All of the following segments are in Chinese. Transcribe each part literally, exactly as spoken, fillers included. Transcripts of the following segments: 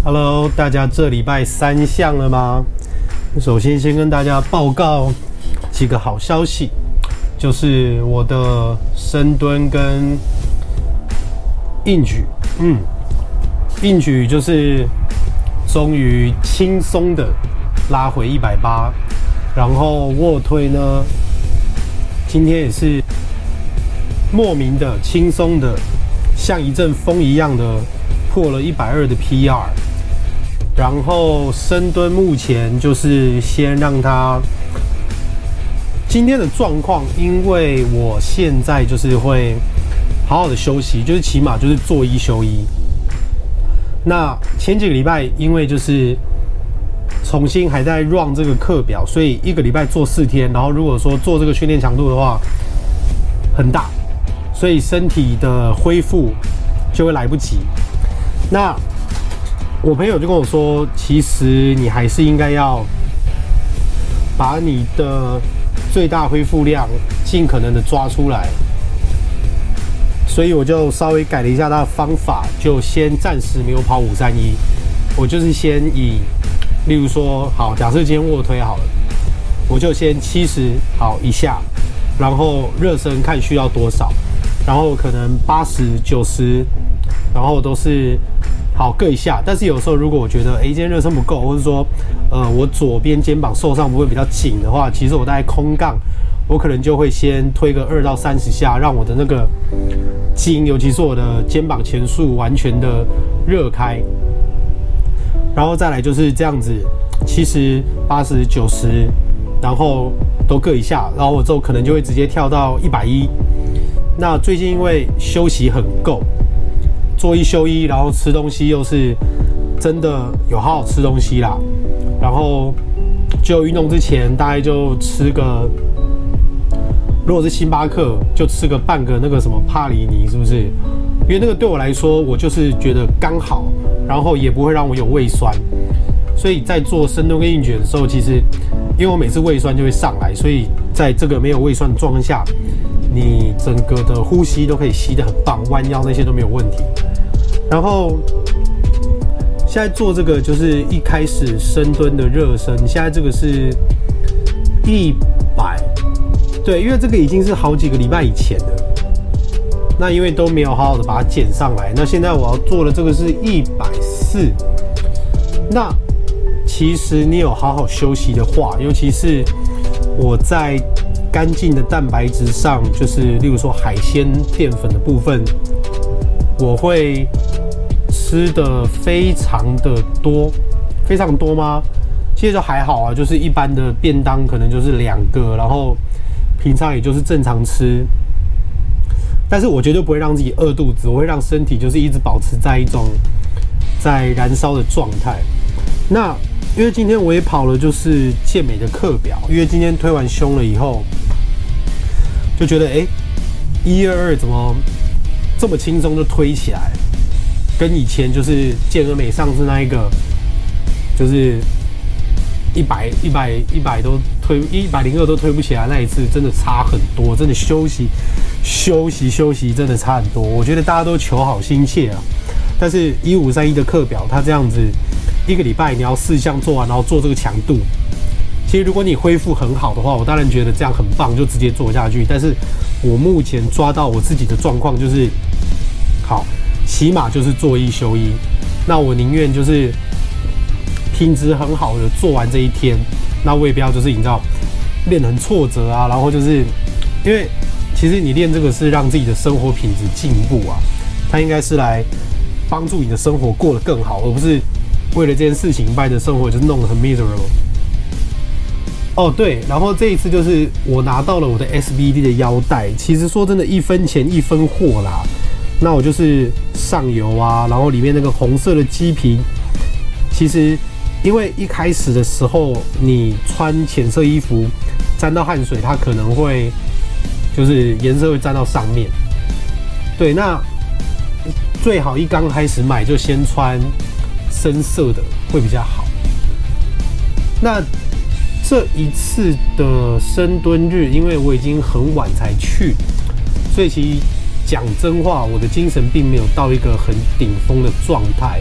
Hello， 大家这礼拜三项了吗？首先先跟大家报告几个好消息，就是我的深蹲跟硬举，嗯，硬举就是终于轻松的拉回一百八，然后卧推呢，今天也是莫名的轻松的，像一阵风一样的破了一百二的 P R。然后深蹲目前就是先让它今天的状况，因为我现在就是会好好的休息，就是起码就是做一休一。那前几个礼拜因为就是重新还在 run 这个课表，所以一个礼拜做四天，然后如果说做这个训练强度的话很大，所以身体的恢复就会来不及。那我朋友就跟我说，其实你还是应该要把你的最大恢复量尽可能的抓出来，所以我就稍微改了一下他的方法，就先暂时没有跑五三一，我就是先以，例如说，好，假设今天卧推好了，我就先七十好一下，然后热身看需要多少，然后可能八十、九十，然后都是。好各一下，但是有时候如果我觉得，哎、欸，今天热身不够，或者说，呃，我左边肩膀受伤部分比较紧的话，其实我大概空杠，我可能就会先推个二到三十下，让我的那个筋，尤其是我的肩膀前束完全的热开，然后再来就是这样子，七十、八十、九十，然后都各一下，然后我之后可能就会直接跳到一百一。那最近因为休息很够。做一休一，然后吃东西又是真的有好好吃东西啦，然后就运动之前大概就吃个，如果是星巴克就吃个半个那个什么帕里尼，是不是？因为那个对我来说，我就是觉得刚好，然后也不会让我有胃酸，所以在做深蹲跟硬举的时候，其实因为我每次胃酸就会上来，所以在这个没有胃酸的状况下，你整个的呼吸都可以吸得很棒，弯腰那些都没有问题。然后现在做这个就是一开始深蹲的热身，现在这个是一百，对，因为这个已经是好几个礼拜以前的，那因为都没有好好的把它减上来，那现在我要做的这个是一百四。那其实你有好好休息的话，尤其是我在干净的蛋白质上，就是例如说海鲜淀粉的部分，我会吃的非常的多，非常多吗？其实就还好啊，就是一般的便当可能就是两个，然后平常也就是正常吃。但是我绝对不会让自己饿肚子，我会让身体就是一直保持在一种在燃烧的状态。那因为今天我也跑了就是健美的课表，因为今天推完胸了以后，就觉得哎，一二二怎么这么轻松就推起来？跟以前就是健而美上次那一个，就是一百、一百、一百都推一百零二都推不起来那一次，真的差很多，真的休息、休息、休息，真的差很多。我觉得大家都求好心切啊，但是一五三一的课表，它这样子一个礼拜你要四项做完，然后做这个强度，其实如果你恢复很好的话，我当然觉得这样很棒，就直接做下去。但是我目前抓到我自己的状况就是，好。起码就是做一休一，那我宁愿就是品质很好的做完这一天，那我也不要就是你知道练得很挫折啊，然后就是因为其实你练这个是让自己的生活品质进步啊，它应该是来帮助你的生活过得更好，而不是为了这件事情把你的生活就是弄得很 miserable。哦对，然后这一次就是我拿到了我的 S B D 的腰带，其实说真的，一分钱一分货啦。那我就是上游啊，然后里面那个红色的鸡皮，其实因为一开始的时候你穿浅色衣服沾到汗水，它可能会就是颜色会沾到上面。对，那最好一刚开始买就先穿深色的会比较好。那这一次的深蹲日，因为我已经很晚才去，所以其实讲真话，我的精神并没有到一个很顶峰的状态，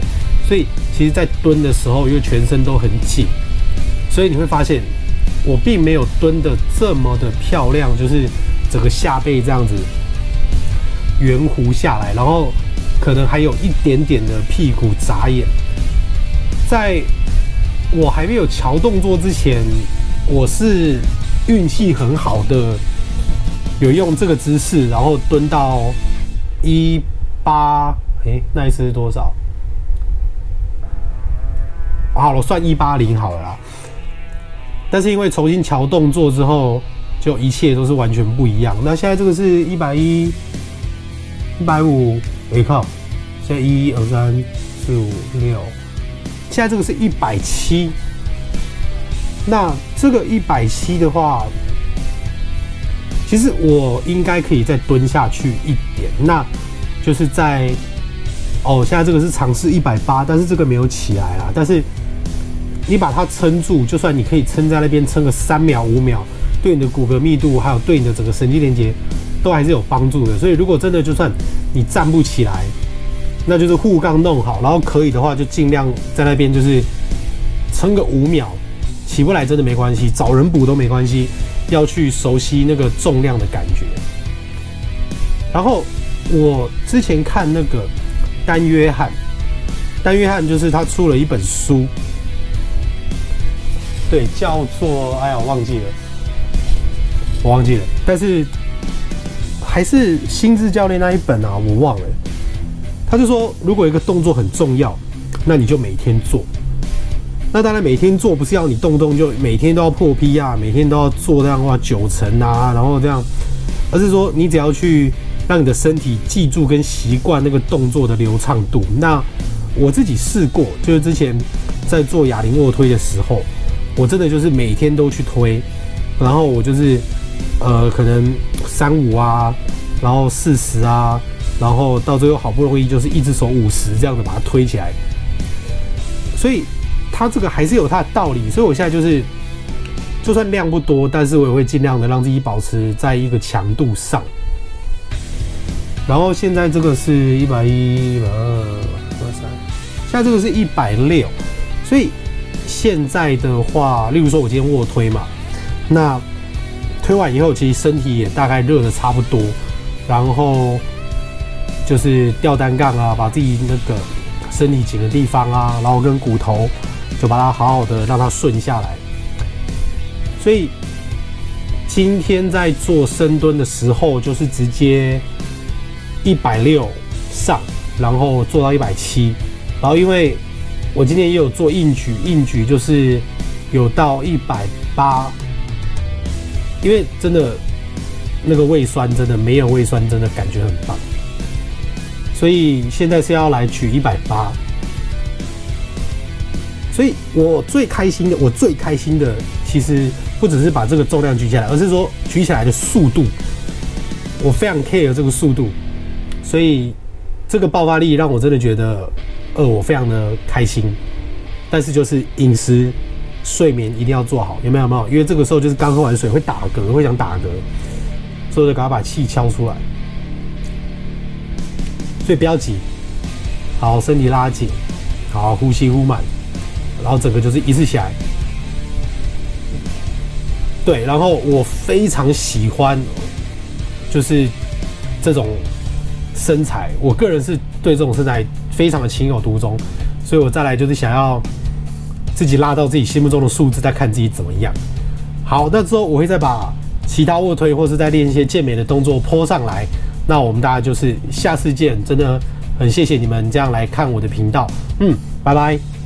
所以其实在蹲的时候，因为全身都很紧，所以你会发现我并没有蹲的这么的漂亮，就是整个下背这样子圆弧下来，然后可能还有一点点的屁股眨眼。在我还没有桥动作之前，我是运气很好的，有用这个姿势，然后蹲到一八，哎，那一次是多少？好了，算一八零好了啦。但是因为重新桥动作之后，就一切都是完全不一样。那现在这个是一百一、一百五，哎靠！现在一、二、三、四、五、六。现在这个是一百七，那这个一百七的话，其实我应该可以再蹲下去一点，那就是在哦，现在这个是尝试一百八，但是这个没有起来啦。但是你把它撑住，就算你可以撑在那边撑个三秒、五秒，对你的骨骼密度还有对你的整个神经连接都还是有帮助的。所以如果真的就算你站不起来，那就是护杠弄好，然后可以的话就尽量在那边就是撑个五秒，起不来真的没关系，找人补都没关系，要去熟悉那个重量的感觉。然后我之前看那个丹约翰，丹约翰就是他出了一本书，对，叫做哎呀我忘记了，我忘记了，但是还是心智教练那一本啊，我忘了。他就说，如果一个动作很重要，那你就每天做。那当然，每天做不是要你动动就每天都要破 P 啊，每天都要做这样的话九成啊，然后这样，而是说你只要去让你的身体记住跟习惯那个动作的流畅度。那我自己试过，就是之前在做哑铃卧推的时候，我真的就是每天都去推，然后我就是呃可能三五啊，然后四十啊。然后到最后好不容易就是一只手五十这样子把它推起来，所以它这个还是有它的道理。所以我现在就是就算量不多，但是我也会尽量的让自己保持在一个强度上。然后现在这个是一百一、一百二、一百三，现在这个是一百六，所以现在的话，例如说我今天卧推嘛，那推完以后其实身体也大概热的差不多，然后就是吊单杠啊，把自己那个身体紧的地方啊，然后跟骨头就把它好好的让它顺下来。所以今天在做深蹲的时候，就是直接一百六上，然后做到一百七，然后因为我今天也有做硬举，硬举就是有到一百八，因为真的那个胃酸真的没有胃酸真的感觉很棒。所以现在是要来举一百八，所以我最开心的，我最开心的，其实不只是把这个重量举起来，而是说举起来的速度，我非常 care 这个速度，所以这个爆发力让我真的觉得，呃，我非常的开心。但是就是饮食、睡眠一定要做好，有没有？有没有？因为这个时候就是刚喝完水会打嗝，会想打嗝，所以我就赶快把气敲出来。所以不要急，好，身体拉紧，好，呼吸呼满，然后整个就是一次起来。对，然后我非常喜欢，就是这种身材，我个人是对这种身材非常的情有独钟，所以我再来就是想要自己拉到自己心目中的数字，再看自己怎么样。好，那之后我会再把其他卧推或是再练一些健美的动作 po 上来。那我们大家就是下次见，真的很谢谢你们这样来看我的频道，嗯，拜拜。